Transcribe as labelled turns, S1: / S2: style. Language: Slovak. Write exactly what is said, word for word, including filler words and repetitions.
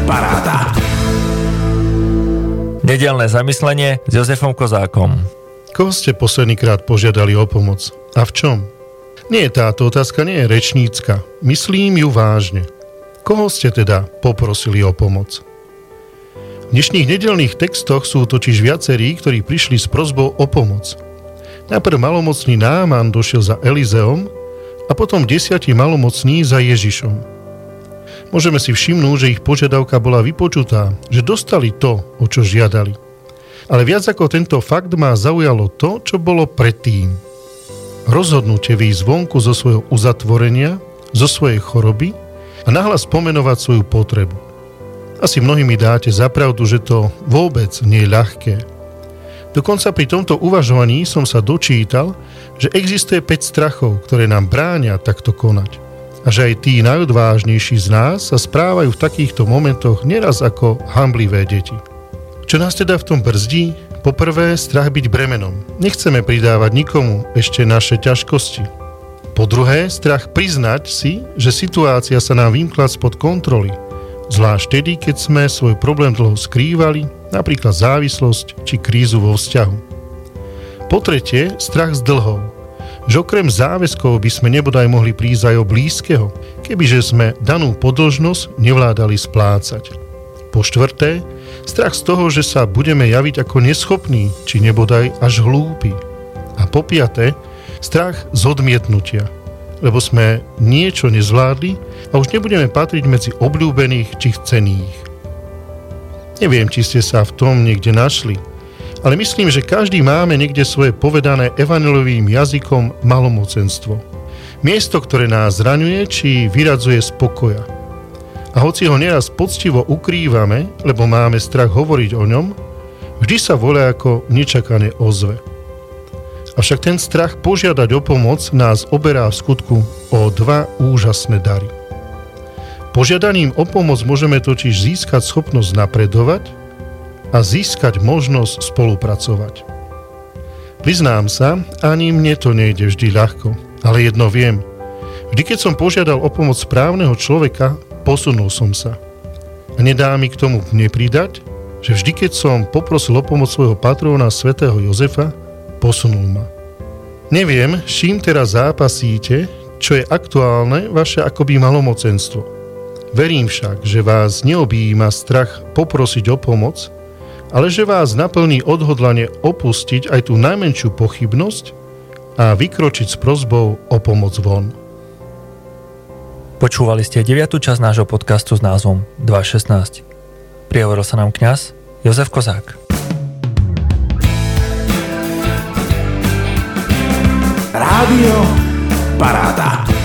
S1: Paráda.
S2: Nedeľné zamyslenie s Jozefom Kozákom.
S3: Koho ste poslednýkrát požiadali o pomoc? A v čom? Nie, táto otázka nie je rečnícka. Myslím ju vážne. Koho ste teda poprosili o pomoc? V dnešných nedeľných textoch sú totiž viacerí, ktorí prišli s prosbou o pomoc. Najprv malomocný Náman došiel za Elizeom a potom desiatí malomocní za Ježišom. Môžeme si všimnúť, že ich požiadavka bola vypočutá, že dostali to, o čo žiadali. Ale viac ako tento fakt ma zaujalo to, čo bolo predtým. Rozhodnutie výjsť vonku zo svojho uzatvorenia, zo svojej choroby a nahlas pomenovať svoju potrebu. Asi mnohí mi dáte za pravdu, že to vôbec nie je ľahké. Dokonca pri tomto uvažovaní som sa dočítal, že existuje päť strachov, ktoré nám bránia takto konať. A že aj tí najodvážnejší z nás sa správajú v takýchto momentoch neraz ako hanblivé deti. Čo nás teda v tom brzdí? Poprvé, strach byť bremenom. Nechceme pridávať nikomu ešte naše ťažkosti. Po druhé, strach priznať si, že situácia sa nám vymkla spod kontroly. Zvlášť tedy, keď sme svoj problém dlho skrývali, napríklad závislosť či krízu vo vzťahu. Po tretie, strach z dlhov. Že okrem záväzkov by sme nebodaj mohli prísť aj o blízkeho, kebyže sme danú podĺžnosť nevládali splácať. Po štvrté, strach z toho, že sa budeme javiť ako neschopní, či nebodaj až hlúpi. A po piaté, strach z odmietnutia, lebo sme niečo nezvládli a už nebudeme patriť medzi obľúbených či chcených. Neviem, či ste sa v tom niekde našli, ale myslím, že každý máme niekde svoje povedané evanjeliovým jazykom malomocenstvo. Miesto, ktoré nás zraňuje, či vyradzuje z pokoja. A hoci ho neraz poctivo ukrývame, lebo máme strach hovoriť o ňom, vždy sa voľa ako nečakane ozve. Avšak ten strach požiadať o pomoc nás oberá v skutku o dva úžasné dary. Požiadaním o pomoc môžeme totiž získať schopnosť napredovať a získať možnosť spolupracovať. Priznám sa, ani mne to nejde vždy ľahko, ale jedno viem. Vždy, keď som požiadal o pomoc správneho človeka, posunul som sa. A nedá mi k tomu nepridať, že vždy, keď som poprosil o pomoc svojho patróna svätého Jozefa, posunul ma. Neviem, s čím teraz zápasíte, čo je aktuálne vaše akoby malomocenstvo. Verím však, že vás neobjíma strach poprosiť o pomoc, ale že vás naplní odhodlanie opustiť aj tú najmenšiu pochybnosť a vykročiť s prosbou o pomoc von.
S2: Počúvali ste deviatu časť nášho podcastu s názvom dva šestnásť. Prihovoril sa nám kňaz Jozef Kozák.
S1: Rádio Paráda.